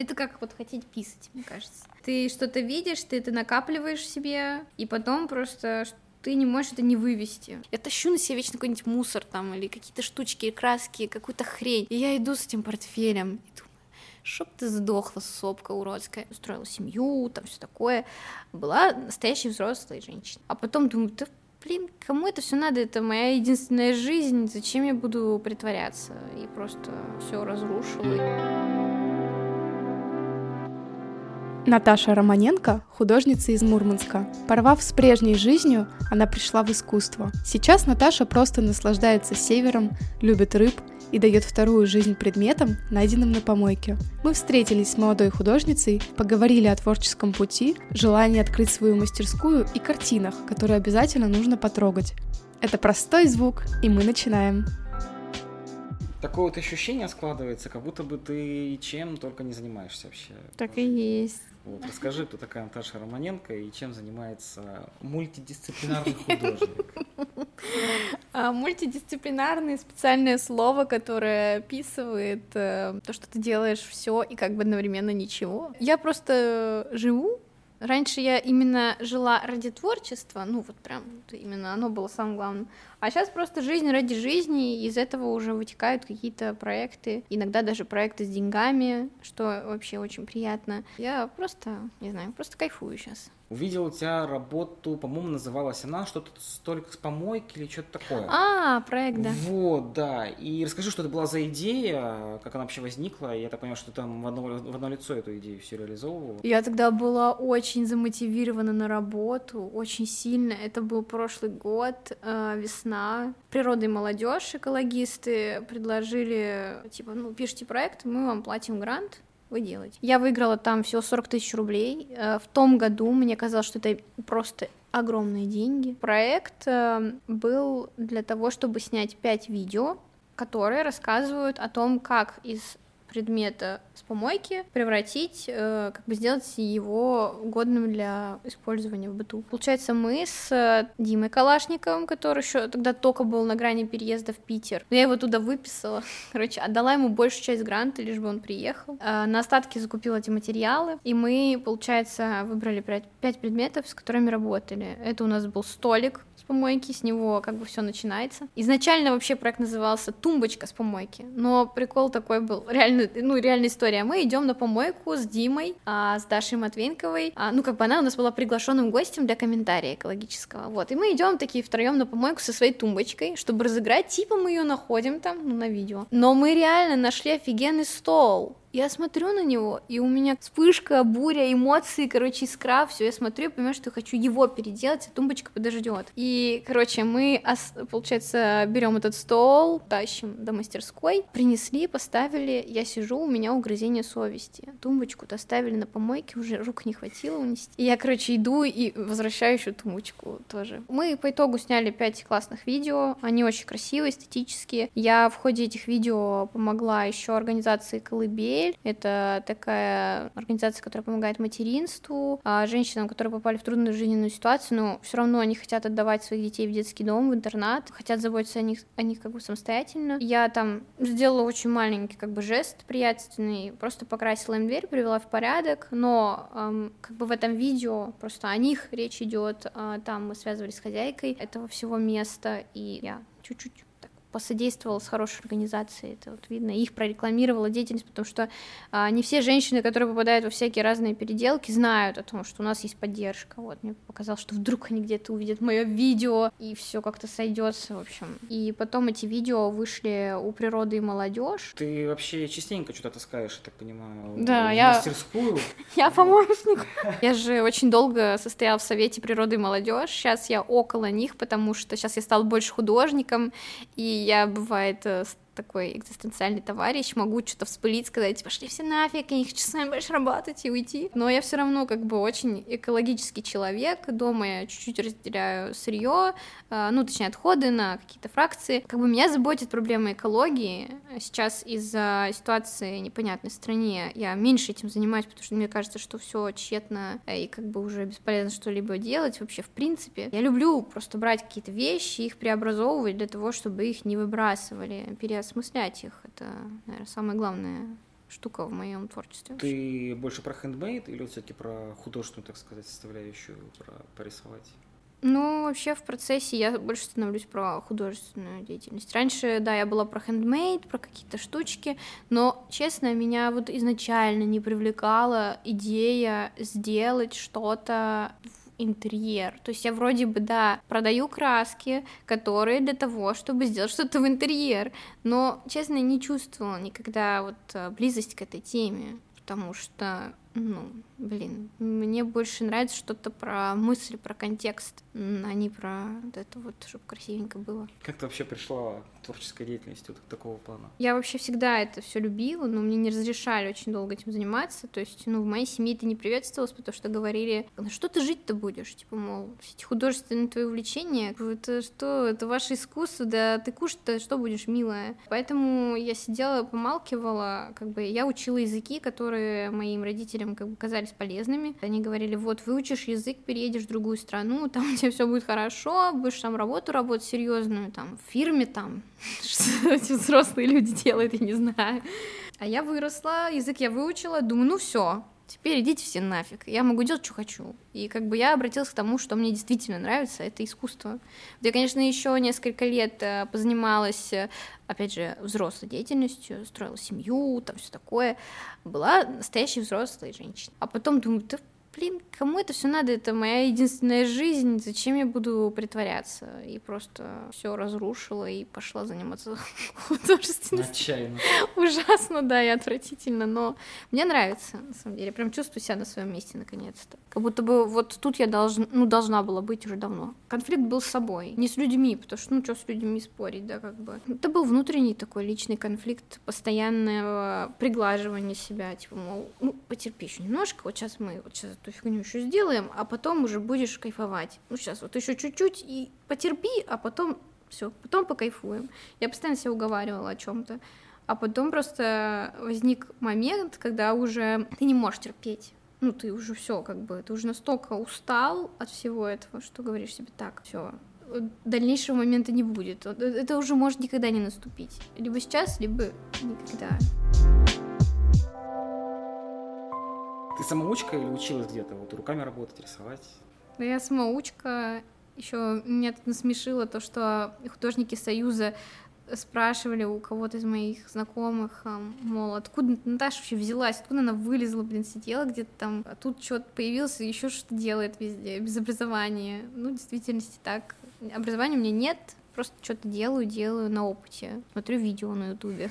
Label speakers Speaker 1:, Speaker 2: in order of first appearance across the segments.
Speaker 1: Это как вот хотеть писать, мне кажется. Ты что-то видишь, ты это накапливаешь в себе, и потом просто ты не можешь это не вывести. Я тащу на себе вечно какой-нибудь мусор там, или какие-то штучки, краски, какую-то хрень. И я иду с этим портфелем, и думаю, чтоб ты сдохла, сопка уродская. Устроила семью, там все такое. Была настоящей взрослой женщиной. А потом думаю, да блин, кому это все надо? Это моя единственная жизнь. Зачем я буду притворяться? И просто все разрушила.
Speaker 2: Наташа Романенко – художница из Мурманска. Порвав с прежней жизнью, она пришла в искусство. Сейчас Наташа просто наслаждается севером, любит рыб и дает вторую жизнь предметам, найденным на помойке. Мы встретились с молодой художницей, поговорили о творческом пути, желании открыть свою мастерскую и картинах, которые обязательно нужно потрогать. Это простой звук, и мы начинаем.
Speaker 3: Такое вот ощущение складывается, как будто бы ты чем только не занимаешься вообще.
Speaker 1: Так и есть.
Speaker 3: Вот, расскажи, кто такая Наташа Романенко и чем занимается мультидисциплинарный художник.
Speaker 1: Мультидисциплинарный — специальное слово, которое описывает то, что ты делаешь все и как бы одновременно ничего. Я просто живу. Раньше я именно жила ради творчества, ну вот прям именно оно было самым главным. А сейчас просто жизнь ради жизни, и из этого уже вытекают какие-то проекты, иногда даже проекты с деньгами, что вообще очень приятно. Я просто, не знаю, просто кайфую сейчас.
Speaker 3: Увидел у тебя работу, по-моему, называлась она что-то «Столик с помойки» или что-то такое.
Speaker 1: Проект, да.
Speaker 3: Вот, да. И расскажи, что это была за идея, как она вообще возникла. Я так понимаю, что ты там в одно лицо эту идею все реализовывала.
Speaker 1: Я тогда была очень замотивирована на работу, очень сильно. Это был прошлый год, весна. Природа и молодежь, экологисты предложили, типа, пишите проект, мы вам платим грант. Вы делаете. Я выиграла там всего 40 тысяч рублей. В том году мне казалось, что это просто огромные деньги. Проект был для того, чтобы снять 5 видео, которые рассказывают о том, как из предмета с помойки превратить, сделать его годным для использования в быту. Получается, мы с Димой Калашниковым, который еще тогда только был на грани переезда в Питер, я его туда выписала, отдала ему большую часть гранта, лишь бы он приехал. На остатки закупила эти материалы, и мы, получается, выбрали 5 предметов, с которыми работали. Это у нас был столик с помойки, с него все начинается. Изначально вообще проект назывался «Тумбочка с помойки», но прикол такой был, реальная история. Мы идем на помойку с Димой, с Дашей Матвенковой, она у нас была приглашенным гостем для комментария экологического, вот, и мы идем такие втроем на помойку со своей тумбочкой, чтобы разыграть, типа мы ее находим там, на видео, но мы реально нашли офигенный стол. Я смотрю на него, и у меня вспышка, буря, эмоции, искра, все. Я смотрю и понимаю, что я хочу его переделать, а тумбочка подождет. И, мы, получается, берем этот стол, тащим до мастерской, принесли, поставили, я сижу, у меня угрызение совести. Тумбочку-то оставили на помойке, уже рук не хватило унести. И я, иду и возвращаю еще тумбочку тоже. Мы по итогу сняли 5 классных видео, они очень красивые, эстетические. Я в ходе этих видео помогла еще организации «Колыбель». Это такая организация, которая помогает материнству, женщинам, которые попали в трудную жизненную ситуацию, но все равно они хотят отдавать своих детей в детский дом, в интернат, хотят заботиться о них самостоятельно. Я там сделала очень маленький жест приятственный, просто покрасила им дверь, привела в порядок, но в этом видео просто о них речь идет, там мы связывались с хозяйкой этого всего места, и я чуть-чуть посодействовала с хорошей организацией, это видно, их прорекламировала деятельность, потому что не все женщины, которые попадают во всякие разные переделки, знают о том, что у нас есть поддержка. Мне показалось, что вдруг они где-то увидят мое видео, и все как-то сойдется, в общем. И потом эти видео вышли у «Природы и молодежь».
Speaker 3: Ты вообще частенько что-то таскаешь, я так понимаю,
Speaker 1: да,
Speaker 3: в мастерскую?
Speaker 1: Я помощник. Я же очень долго состояла в Совете «Природы и молодежь», сейчас я около них, потому что сейчас я стала больше художником, и я, бывает, такой экзистенциальный товарищ, могу что-то вспылить, сказать, пошли все нафиг, я не хочу с вами больше работать и уйти. Но я все равно очень экологический человек, дома я чуть-чуть разделяю сырье, точнее отходы на какие-то фракции. Меня заботит проблема экологии. Сейчас из-за ситуации непонятной в стране я меньше этим занимаюсь, потому что мне кажется, что все тщетно и уже бесполезно что-либо делать вообще в принципе. Я люблю просто брать какие-то вещи, их преобразовывать для того, чтобы их не выбрасывали, переосмыслять их. Это, наверное, самое главное, штука в моем творчестве.
Speaker 3: Ты больше про хендмейд или все-таки про художественную, так сказать, составляющую, про порисовать?
Speaker 1: Ну, вообще в процессе я больше становлюсь про художественную деятельность. Раньше, да, я была про хендмейд, про какие-то штучки, но, честно, меня вот изначально не привлекала идея сделать что-то в интерьер. То есть я вроде бы, да, продаю краски, которые для того, чтобы сделать что-то в интерьер, но, честно, не чувствовала никогда вот близость к этой теме, потому что, мне больше нравится что-то про мысль, про контекст, а не про вот это вот, чтобы красивенько было.
Speaker 3: Как ты вообще пришла к творческой деятельности вот такого плана?
Speaker 1: Я вообще всегда это все любила, но мне не разрешали очень долго этим заниматься, то есть, в моей семье это не приветствовалось, потому что говорили, на что ты жить-то будешь, типа, мол, все эти художественные твои увлечения, это что, это ваше искусство, да ты кушать-то что будешь, милая? Поэтому я сидела, помалкивала, я учила языки, которые моим родителям казались полезными. Они говорили, вот, выучишь язык, переедешь в другую страну, там у тебя все будет хорошо, будешь там работать серьезную, там, в фирме, там, что эти взрослые люди делают, я не знаю. А я выросла, язык я выучила, думаю, все, теперь идите все нафиг, я могу делать, что хочу. И я обратилась к тому, что мне действительно нравится, это искусство. Я, конечно, еще несколько лет позанималась, опять же, взрослой деятельностью, строила семью, там все такое, была настоящей взрослой женщиной. А потом думаю, кому это все надо? Это моя единственная жизнь. Зачем я буду притворяться? И просто все разрушила и пошла заниматься художественностью.
Speaker 3: Отчаянно.
Speaker 1: Ужасно, да, и отвратительно, но мне нравится, на самом деле. Я прям чувствую себя на своем месте наконец-то. Как будто бы вот тут я должна была быть уже давно. Конфликт был с собой, не с людьми, потому что, что с людьми спорить, да, Это был внутренний такой личный конфликт, постоянного приглаживания себя, типа, мол, потерпи еще немножко, вот сейчас эту фигню еще сделаем, а потом уже будешь кайфовать. Сейчас вот еще чуть-чуть и потерпи, а потом все, потом покайфуем. Я постоянно себя уговаривала о чем-то. А потом просто возник момент, когда уже ты не можешь терпеть. Ты уже все, ты уже настолько устал от всего этого, что говоришь себе так, все, дальнейшего момента не будет. Это уже может никогда не наступить. Либо сейчас, либо никогда.
Speaker 3: Ты самоучка или училась где-то вот руками работать, рисовать?
Speaker 1: Да, я самоучка. Еще меня тут насмешило то, что художники Союза спрашивали у кого-то из моих знакомых, мол, откуда Наташа вообще взялась, откуда она вылезла, сидела где-то там, а тут что-то появился, еще что-то делает везде, без образования. В действительности так. Образования у меня нет, просто что-то делаю на опыте. Смотрю видео на Ютубе.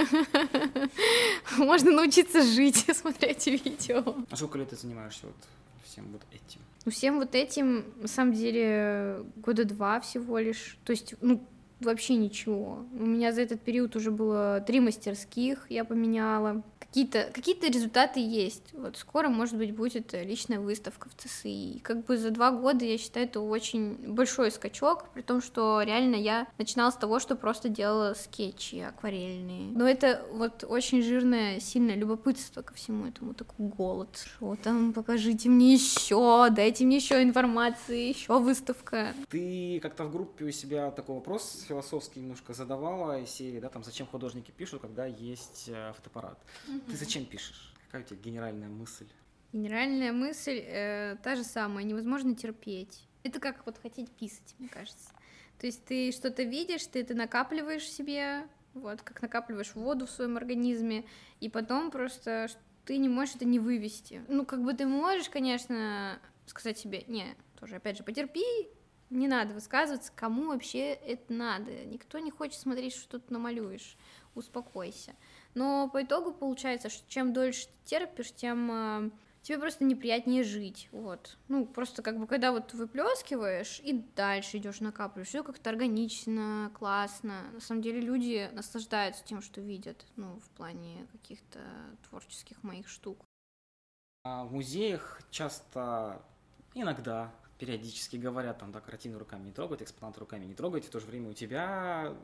Speaker 1: Можно научиться жить, смотря эти видео.
Speaker 3: А сколько лет ты занимаешься всем вот этим?
Speaker 1: Всем вот этим, на самом деле, 2 года всего лишь. То есть, вообще ничего. У меня за этот период уже было 3 мастерских, я поменяла. Какие-то результаты есть. Вот скоро, может быть, будет личная выставка в ЦСИ. За 2 года, я считаю, это очень большой скачок, при том, что реально я начинала с того, что просто делала скетчи акварельные. Но это вот очень жирное, сильное любопытство ко всему этому, такой голод. Что там, покажите мне еще, дайте мне еще информации, еще выставка.
Speaker 3: Ты как-то в группе у себя такой вопрос философский немножко задавала из серии, да, там, зачем художники пишут, когда есть фотоаппарат. Ты зачем пишешь? Какая у тебя генеральная мысль?
Speaker 1: Генеральная мысль та же самая, невозможно терпеть. Это как хотеть писать, мне кажется. То есть ты что-то видишь, ты это накапливаешь в себе, как накапливаешь воду в своем организме, и потом просто ты не можешь это не вывести. Ты можешь, конечно, сказать себе, тоже, опять же, потерпи, не надо высказываться, кому вообще это надо. Никто не хочет смотреть, что ты намалюешь. Успокойся. Но по итогу получается, что чем дольше ты терпишь, тем тебе просто неприятнее жить. Просто когда выплескиваешь и дальше идешь накапливаешь, все как-то органично, классно. На самом деле люди наслаждаются тем, что видят, в плане каких-то творческих моих штук.
Speaker 3: В музеях часто, иногда, периодически говорят, там, да, картины руками не трогать, экспонаты руками не трогать, в то же время у тебя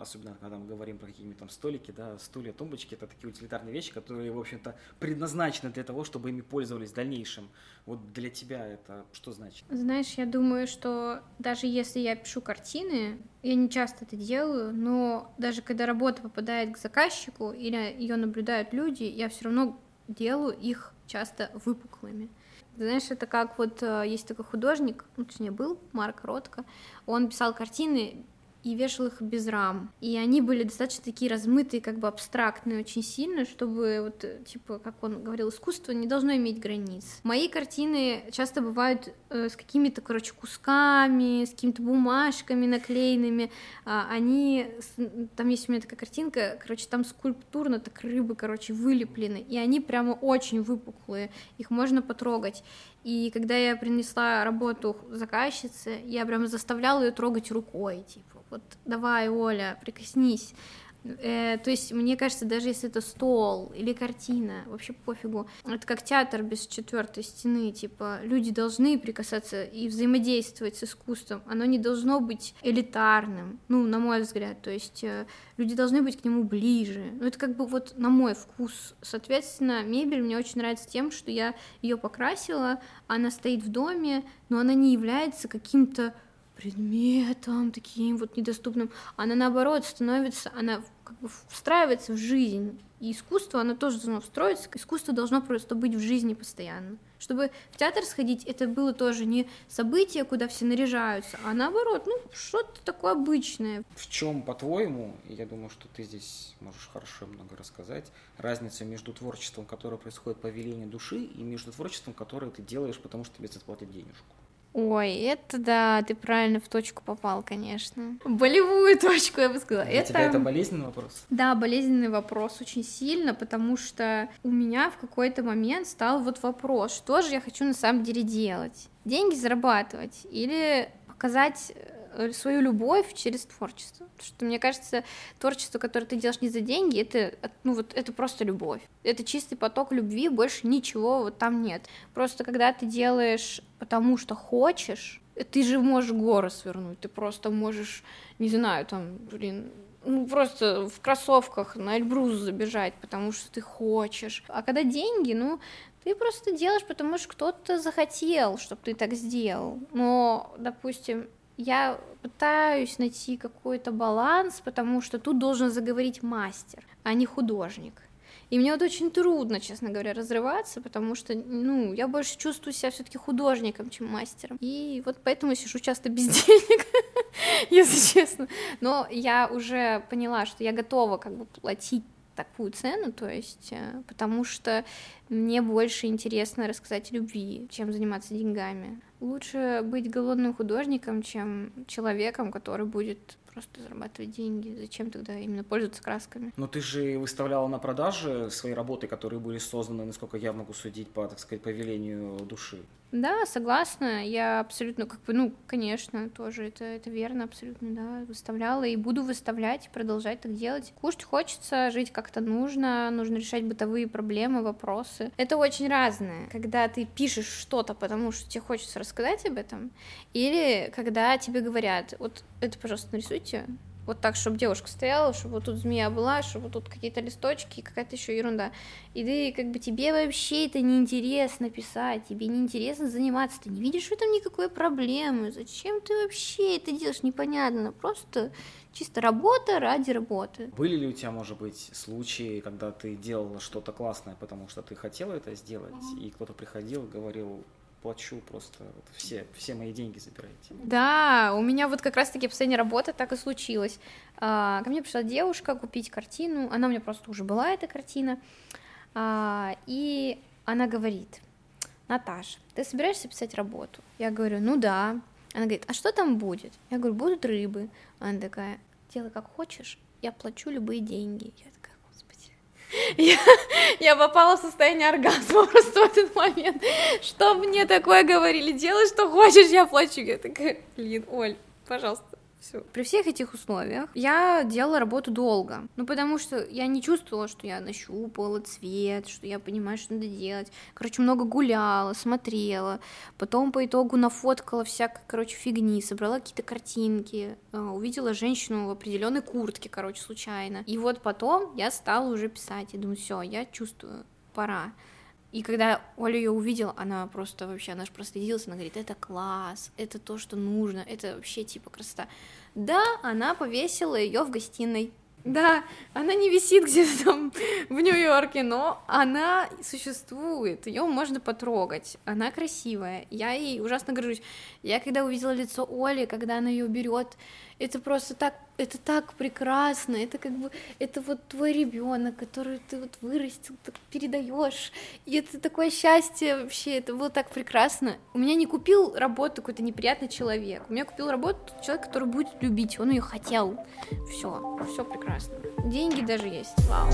Speaker 3: особенно когда мы говорим про какие-нибудь там столики, да, стулья, тумбочки, это такие утилитарные вещи, которые, в общем-то, предназначены для того, чтобы ими пользовались в дальнейшем. Вот для тебя это что значит?
Speaker 1: Знаешь, я думаю, что даже если я пишу картины, я не часто это делаю, но даже когда работа попадает к заказчику или ее наблюдают люди, я все равно делаю их часто выпуклыми. Знаешь, это как вот есть такой художник, точнее был, Марк Ротко, он писал картины и вешал их без рам. И они были достаточно такие размытые, как бы абстрактные очень сильно, чтобы вот, типа, как он говорил, искусство не должно иметь границ. Мои картины часто бывают с какими-то, короче, кусками, с какими-то бумажками наклеенными. Там есть у меня такая картинка, короче, там скульптурно так рыбы, короче, вылеплены, и они прямо очень выпуклые, их можно потрогать. И когда я принесла работу заказчице, я прям заставляла ее трогать рукой, типа, вот давай, Оля, прикоснись. То есть, мне кажется, даже если это стол или картина, вообще пофигу. Это как театр без четвертой стены, типа, люди должны прикасаться и взаимодействовать с искусством. Оно не должно быть элитарным, ну, на мой взгляд, то есть люди должны быть к нему ближе. Ну, это как бы вот на мой вкус. Соответственно, мебель мне очень нравится тем, что я ее покрасила, она стоит в доме, но она не является каким-то предметом таким вот недоступным, она наоборот становится, она как бы встраивается в жизнь, и искусство, оно тоже должно встроиться, искусство должно просто быть в жизни постоянно. Чтобы в театр сходить, это было тоже не событие, куда все наряжаются, а наоборот, ну, что-то такое обычное.
Speaker 3: В чем, по-твоему, и я думаю, что ты здесь можешь хорошо много рассказать, разница между творчеством, которое происходит по велению души, и между творчеством, которое ты делаешь, потому что тебе заплатят денежку?
Speaker 1: Ой, это да, ты правильно в точку попал, конечно. Болевую точку, я бы сказала.
Speaker 3: Для тебя это болезненный вопрос?
Speaker 1: Да, болезненный вопрос очень сильно, потому что у меня в какой-то момент стал вот вопрос, что же я хочу на самом деле делать? Деньги зарабатывать или показать свою любовь через творчество. Потому что, мне кажется, творчество, которое ты делаешь не за деньги, это просто любовь. Это чистый поток любви, больше ничего вот там нет. Просто когда ты делаешь потому что хочешь, ты же можешь горы свернуть, ты просто можешь, не знаю, там, просто в кроссовках на Эльбрус забежать, потому что ты хочешь. А когда деньги, ты просто делаешь, потому что кто-то захотел, чтобы ты так сделал. Но, допустим, я пытаюсь найти какой-то баланс, потому что тут должен заговорить мастер, а не художник. И мне вот очень трудно, честно говоря, разрываться, потому что, я больше чувствую себя все-таки художником, чем мастером. И вот поэтому сижу часто без денег, если честно. Но я уже поняла, что я готова как бы платить такую цену, то есть, потому что мне больше интересно рассказать о любви, чем заниматься деньгами. Лучше быть голодным художником, чем человеком, который будет просто зарабатывать деньги. Зачем тогда именно пользоваться красками?
Speaker 3: Но ты же выставляла на продажу свои работы, которые были созданы, насколько я могу судить, по, так сказать, по велению души.
Speaker 1: Да, согласна, я абсолютно, конечно, тоже это верно, абсолютно, да, выставляла и буду выставлять, продолжать так делать. Кушать хочется, жить как-то нужно решать бытовые проблемы, вопросы. Это очень разное, когда ты пишешь что-то, потому что тебе хочется рассказать об этом, или когда тебе говорят, вот это, пожалуйста, нарисуйте, вот так, чтобы девушка стояла, чтобы вот тут змея была, чтобы вот тут какие-то листочки и какая-то еще ерунда. И ты, как бы, тебе вообще это неинтересно писать, тебе неинтересно заниматься, ты не видишь в этом никакой проблемы. Зачем ты вообще это делаешь, непонятно. Просто чисто работа ради работы.
Speaker 3: Были ли у тебя, может быть, случаи, когда ты делала что-то классное, потому что ты хотела это сделать, и кто-то приходил и говорил: плачу просто, вот все мои деньги забирайте?
Speaker 1: Да, у меня вот как раз-таки последняя работа так и случилась. Ко мне пришла девушка купить картину, она у меня просто уже была, эта картина, и она говорит: Наташа, ты собираешься писать работу? Я говорю: ну да. Она говорит: а что там будет? Я говорю: будут рыбы. Она такая: делай как хочешь, я плачу любые деньги. Я такая: Я попала в состояние оргазма просто в этот момент. Что мне такое говорили? Делай, что хочешь, я плачу. Я такая: блин, Оль, пожалуйста, Всё. При всех этих условиях я делала работу долго. Ну, потому что я не чувствовала, что я нащупала цвет, что я понимаю, что надо делать. Короче, много гуляла, смотрела. Потом по итогу нафоткала всякой, короче, фигни, собрала какие-то картинки, увидела женщину в определенной куртке, короче, случайно. И вот потом я стала уже писать. Я думаю, все, я чувствую, пора. И когда Оля ее увидела, она просто вообще, она же проследилась, она говорит, это класс, это то, что нужно, это вообще типа красота. Да, она повесила ее в гостиной. Да, она не висит где-то там в Нью-Йорке, но она существует, ее можно потрогать, она красивая, я ей ужасно горжусь. Я когда увидела лицо Оли, когда она ее берет, это просто так, это так прекрасно, это как бы, это вот твой ребенок, который ты вот вырастил, так передаешь, и это такое счастье вообще, это было так прекрасно. У меня не купил работу какой-то неприятный человек, у меня купил работу человек, который будет любить, он ее хотел, все прекрасно. Деньги даже есть, вау.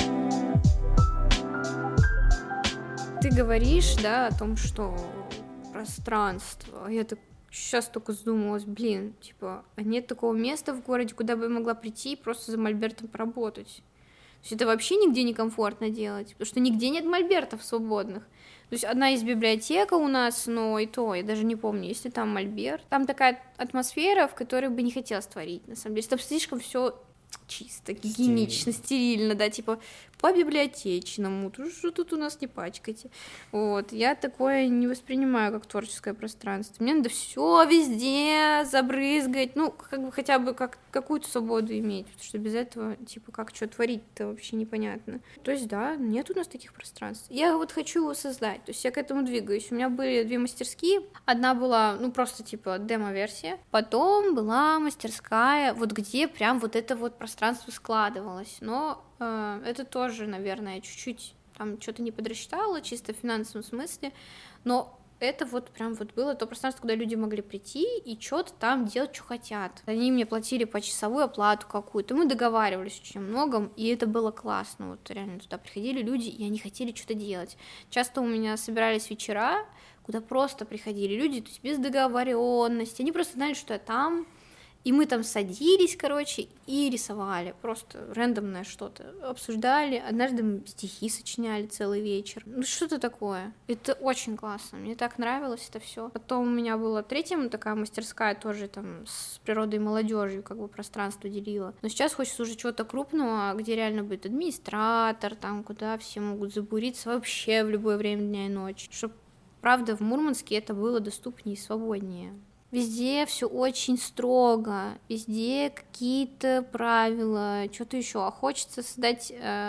Speaker 1: Ты говоришь, да, о том, что пространство, я так сейчас только задумалась, блин, типа, а нет такого места в городе, куда бы я могла прийти и просто за мольбертом поработать. То есть это вообще нигде не комфортно делать, потому что нигде нет мольбертов свободных. То есть одна есть библиотека у нас, но и то, я даже не помню, есть ли там мольберт. Там такая атмосфера, в которой бы не хотелось творить, на самом деле. Там слишком все чисто, гигиенично, стерильно, да, типа по библиотечному, что тут у нас не пачкайте. Вот, я такое не воспринимаю как творческое пространство. Мне надо все везде забрызгать, ну, как бы хотя бы как какую-то свободу иметь, потому что без этого, типа, как что творить-то вообще непонятно. То есть, да, нет у нас таких пространств. Я вот хочу его создать, то есть я к этому двигаюсь. У меня были 2 мастерские. Одна была, ну, просто, типа, демо-версия. Потом была мастерская, вот где прям вот это вот пространство складывалось. Но это тоже, наверное, чуть-чуть там что-то не подрасчитала, чисто в финансовом смысле, но это вот прям вот было то пространство, куда люди могли прийти и что-то там делать, что хотят. Они мне платили почасовую оплату какую-то, мы договаривались очень о многом, и это было классно. Вот реально туда приходили люди, и они хотели что-то делать. Часто у меня собирались вечера, куда просто приходили люди, то есть без договоренности, они просто знали, что я там. И мы там садились, короче, и рисовали, просто рэндомное что-то, обсуждали. Однажды мы стихи сочиняли целый вечер. Ну, что-то такое. Это очень классно, мне так нравилось это все. Потом у меня была 3-я такая мастерская, тоже там с природой и молодежью, как бы пространство делила. Но сейчас хочется уже чего-то крупного, где реально будет администратор, там, куда все могут забуриться вообще в любое время дня и ночи. Чтобы, правда, в Мурманске это было доступнее и свободнее. Везде все очень строго, везде какие-то правила, что-то еще. А хочется создать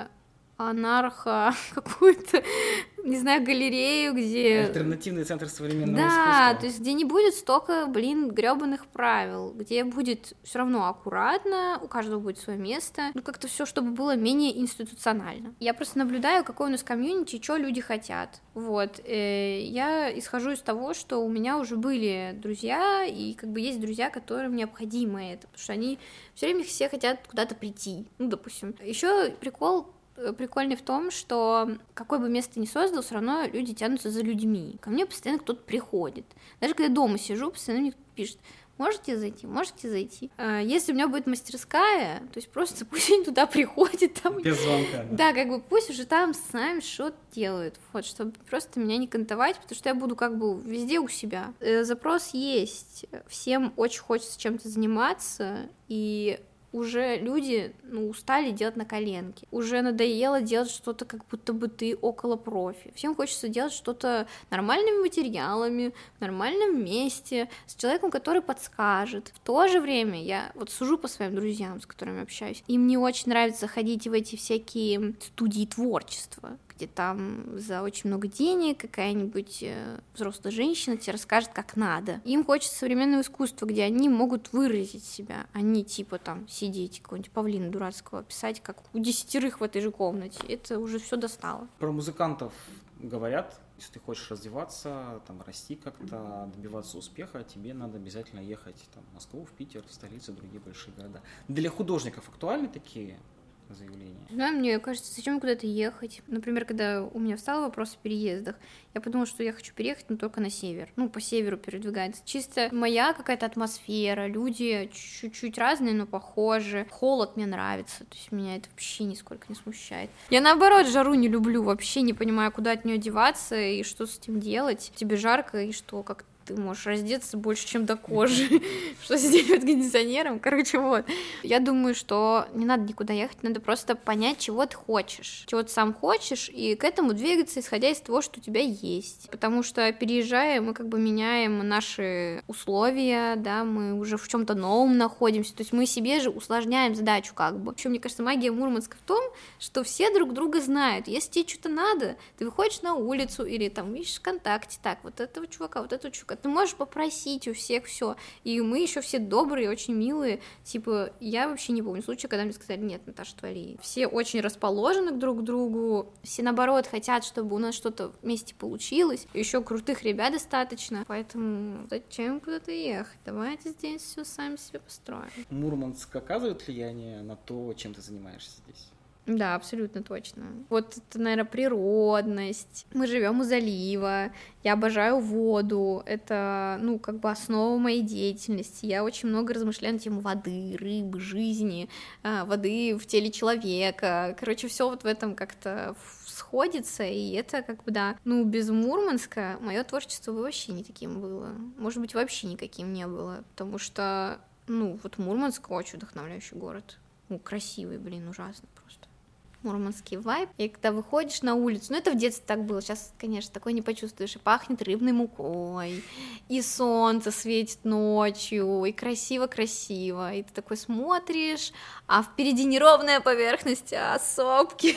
Speaker 1: анархо какую-то, не знаю, галерею, где...
Speaker 3: Альтернативный центр современного
Speaker 1: искусства.
Speaker 3: Да,
Speaker 1: то есть где не будет столько, грёбаных правил, где будет все равно аккуратно, у каждого будет свое место, ну как-то все, чтобы было менее институционально. Я просто наблюдаю, какой у нас комьюнити, что люди хотят. Вот, я исхожу из того, что у меня уже были друзья, и как бы есть друзья, которым необходимо это, потому что они все время все хотят куда-то прийти, ну, допустим. Еще прикольный в том, что какое бы место ни создал, все равно люди тянутся за людьми. Ко мне постоянно кто-то приходит. Даже когда я дома сижу, постоянно мне кто-то пишет: можете зайти, можете зайти. Если у меня будет мастерская, то есть просто пусть они туда приходят. Там...
Speaker 3: Без звонка.
Speaker 1: Да, как бы пусть уже там сами что-то делают, вот, чтобы просто меня не кантовать, потому что я буду как бы везде у себя. Запрос есть, всем очень хочется чем-то заниматься, и уже люди, устали делать на коленке, уже надоело делать что-то, как будто бы ты около профи. Всем хочется делать что-то нормальными материалами, в нормальном месте, с человеком, который подскажет. В то же время я вот сужу по своим друзьям, с которыми общаюсь, им не очень нравится ходить в эти всякие студии творчества, где там за очень много денег какая-нибудь взрослая женщина тебе расскажет, как надо. Им хочется современного искусства, где они могут выразить себя, а не типа там сидеть, какого-нибудь павлина дурацкого писать, как у 10 в этой же комнате. Это уже все достало.
Speaker 3: Про музыкантов говорят, если ты хочешь развиваться, там, расти как-то, добиваться успеха, тебе надо обязательно ехать там, в Москву, в Питер, в столицу, в другие большие города. Для художников актуальны такие заявление.
Speaker 1: Да, мне кажется, зачем куда-то ехать? Например, когда у меня встал вопрос о переездах, я подумала, что я хочу переехать, но только на север. Ну, по северу передвигается. Чисто моя какая-то атмосфера, люди чуть-чуть разные, но похожи. Холод мне нравится, то есть меня это вообще нисколько не смущает. Я, наоборот, жару не люблю, вообще не понимаю, куда от нее деваться и что с этим делать. Тебе жарко, и что, как ты можешь раздеться больше, чем до кожи, что сидеть под кондиционером, короче, вот. Я думаю, что не надо никуда ехать, надо просто понять, чего ты хочешь, чего ты сам хочешь, и к этому двигаться, исходя из того, что у тебя есть. Потому что, переезжая, мы как бы меняем наши условия, да, мы уже в чем-то новом находимся, то есть мы себе же усложняем задачу как бы. Еще, мне кажется, магия Мурманска в том, что все друг друга знают. Если тебе что-то надо, ты выходишь на улицу или там видишь ВКонтакте, так, вот этого чувака, ты можешь попросить у всех все. И мы еще все добрые, очень милые. Типа, я вообще не помню случая, когда мне сказали: нет, Наташа, твори. Все очень расположены друг к другу, все, наоборот, хотят, чтобы у нас что-то вместе получилось. Еще крутых ребят достаточно, поэтому зачем куда-то ехать? Давайте здесь все сами себе построим.
Speaker 3: Мурманск оказывает влияние на то, чем ты занимаешься здесь?
Speaker 1: Да, абсолютно точно. Вот это, наверное, природность. Мы живем у залива. Я обожаю воду. Это, ну, как бы основа моей деятельности. Я очень много размышляю на тему воды, рыбы, жизни, воды в теле человека. Короче, все вот в этом как-то сходится, и это как бы, да, ну, без Мурманска мое творчество бы вообще не таким было. Может быть, вообще никаким не было, потому что, ну, вот Мурманск очень вдохновляющий город. Ну, красивый, блин, ужасно просто. Мурманский вайб, и когда выходишь на улицу, ну это в детстве так было, сейчас, конечно, такое не почувствуешь, и пахнет рыбной мукой, и солнце светит ночью, и красиво-красиво, и ты такой смотришь, а впереди неровная поверхность, а сопки,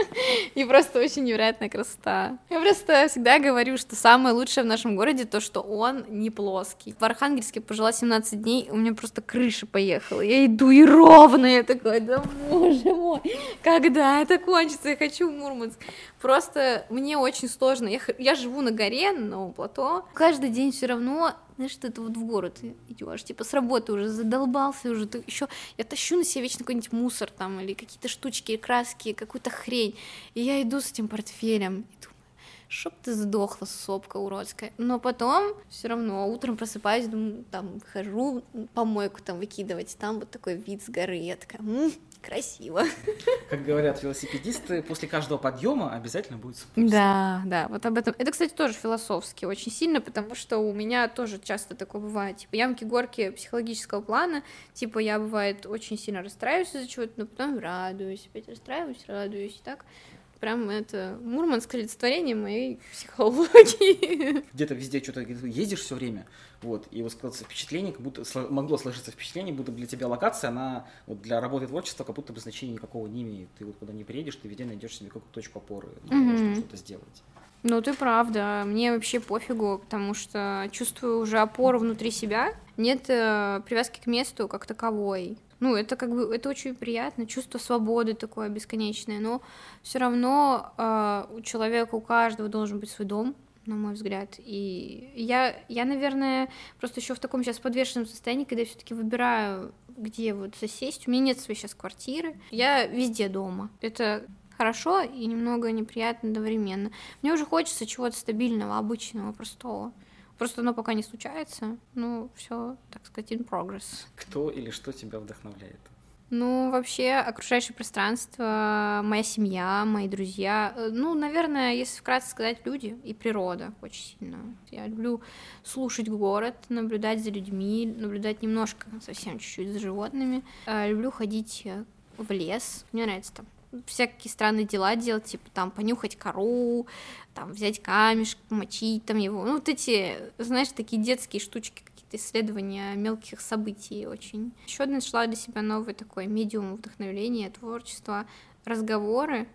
Speaker 1: и просто очень невероятная красота. Я просто всегда говорю, что самое лучшее в нашем городе то, что он не плоский. В Архангельске пожила 17 дней, у меня просто крыша поехала, я иду и ровно, я такой: да боже мой, когда это кончится, я хочу в Мурманск. Просто мне очень сложно. Я живу на горе, на новом плато. Каждый день все равно, знаешь, ты вот в город идешь, типа с работы уже задолбался, уже ты еще. Я тащу на себе вечно какой-нибудь мусор там, или какие-то штучки, краски, какую-то хрень. И я иду с этим портфелем и думаю: чтоб ты сдохла, сопка уродская. Но потом все равно утром просыпаюсь, думаю, там, выхожу, помойку там выкидывать, там вот такой вид с горы, я такая: красиво.
Speaker 3: Как говорят велосипедисты, после каждого подъема обязательно будет спуск.
Speaker 1: Да, вот об этом. Это, кстати, тоже философски очень сильно, потому что у меня тоже часто такое бывает. Типа, ямки-горки психологического плана, типа, я, бывает, очень сильно расстраиваюсь из-за чего-то, но потом радуюсь, опять расстраиваюсь, радуюсь, так. Прям это мурманское олицетворение моей психологии.
Speaker 3: Где-то везде что-то ездишь все время, вот, и вот складывается впечатление, как будто могло сложиться впечатление, будто для тебя локация, она вот для работы творчества как будто бы значения никакого не имеет. Ты вот куда не приедешь, ты везде найдешь себе какую-то точку опоры, чтобы что-то сделать.
Speaker 1: Ну, ты прав, да. Мне вообще пофигу, потому что чувствую уже опору внутри себя. Нет привязки к месту как таковой. Ну, это как бы, это очень приятно, чувство свободы такое бесконечное, но все равно у человека, у каждого должен быть свой дом, на мой взгляд. И я, наверное, просто еще в таком сейчас подвешенном состоянии, когда я все-таки выбираю, где вот засесть. У меня нет своей сейчас квартиры. Я везде дома. Это хорошо и немного неприятно одновременно. Мне уже хочется чего-то стабильного, обычного, простого. Просто оно пока не случается. Ну, все, так сказать, in progress.
Speaker 3: Кто или что тебя вдохновляет?
Speaker 1: Ну, вообще, окружающее пространство, моя семья, мои друзья. Ну, наверное, если вкратце сказать, люди и природа очень сильно. Я люблю слушать город, наблюдать за людьми, наблюдать немножко, совсем чуть-чуть за животными. Люблю ходить в лес. Мне нравится там всякие странные дела делать, типа там понюхать кору, там взять камешек, помочить там его. Ну, вот эти, знаешь, такие детские штучки, какие-то исследования мелких событий очень. Еще нашла для себя новый такой медиум вдохновления, творчества, разговоры.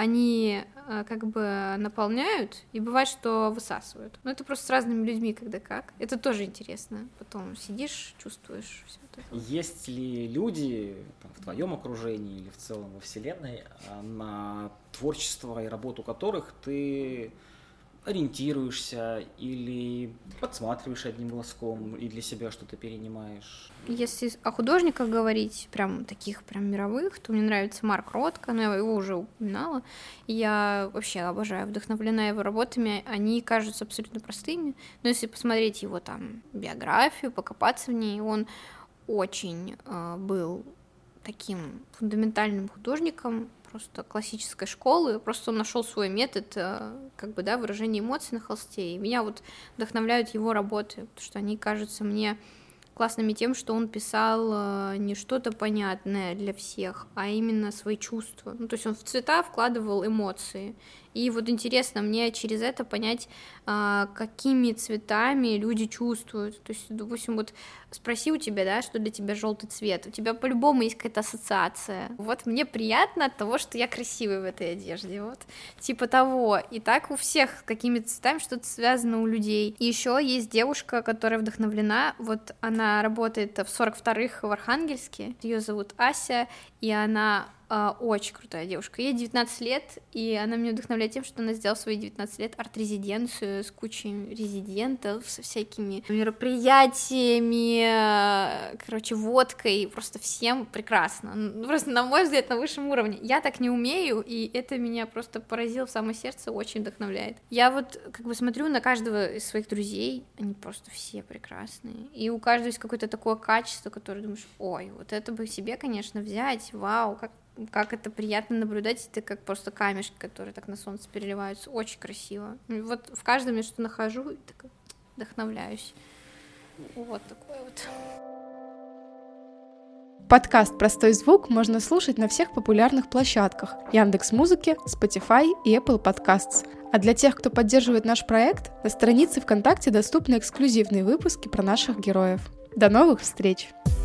Speaker 1: Они как бы наполняют, и бывает, что высасывают. Но это просто с разными людьми, когда как. Это тоже интересно. Потом сидишь, чувствуешь все это.
Speaker 3: Есть ли люди там, в твоем окружении или в целом во Вселенной, на творчество и работу которых ты ориентируешься или подсматриваешь одним глазком и для себя что-то перенимаешь?
Speaker 1: Если о художниках говорить, прям таких прям мировых, то мне нравится Марк Ротко, но я его уже упоминала. Я вообще обожаю, вдохновлена его работами, они кажутся абсолютно простыми, но если посмотреть его там биографию, покопаться в ней, он очень был таким фундаментальным художником, просто классической школы, просто он нашел свой метод, выражения эмоций на холсте, и меня вот вдохновляют его работы, потому что они кажутся мне классными тем, что он писал не что-то понятное для всех, а именно свои чувства. Ну, то есть он в цвета вкладывал эмоции. И вот интересно мне через это понять, какими цветами люди чувствуют. То есть, допустим, вот спроси у тебя, да, что для тебя желтый цвет. У тебя по-любому есть какая-то ассоциация. Вот мне приятно от того, что я красивая в этой одежде. Вот типа того. И так у всех с какими-то цветами что-то связано у людей. И еще есть девушка, которая вдохновлена. Вот она работает в 42-х в Архангельске. Ее зовут Ася, и она очень крутая девушка. Ей 19 лет, и она меня вдохновляет тем, что она сделала в свои 19 лет арт-резиденцию с кучей резидентов, со всякими мероприятиями, водкой, просто всем прекрасно. Просто, на мой взгляд, на высшем уровне. Я так не умею, и это меня просто поразило в самое сердце, очень вдохновляет. Я вот смотрю на каждого из своих друзей, они просто все прекрасные, и у каждого есть какое-то такое качество, которое думаешь, ой, вот это бы себе, конечно, взять, вау, как это приятно наблюдать, это как просто камешки, которые так на солнце переливаются, очень красиво. Вот в каждом я что нахожу, и так вдохновляюсь. Вот такое вот.
Speaker 2: Подкаст «Простой звук» можно слушать на всех популярных площадках: Яндекс.Музыке, Spotify и Apple Podcasts. А для тех, кто поддерживает наш проект, на странице ВКонтакте доступны эксклюзивные выпуски про наших героев. До новых встреч!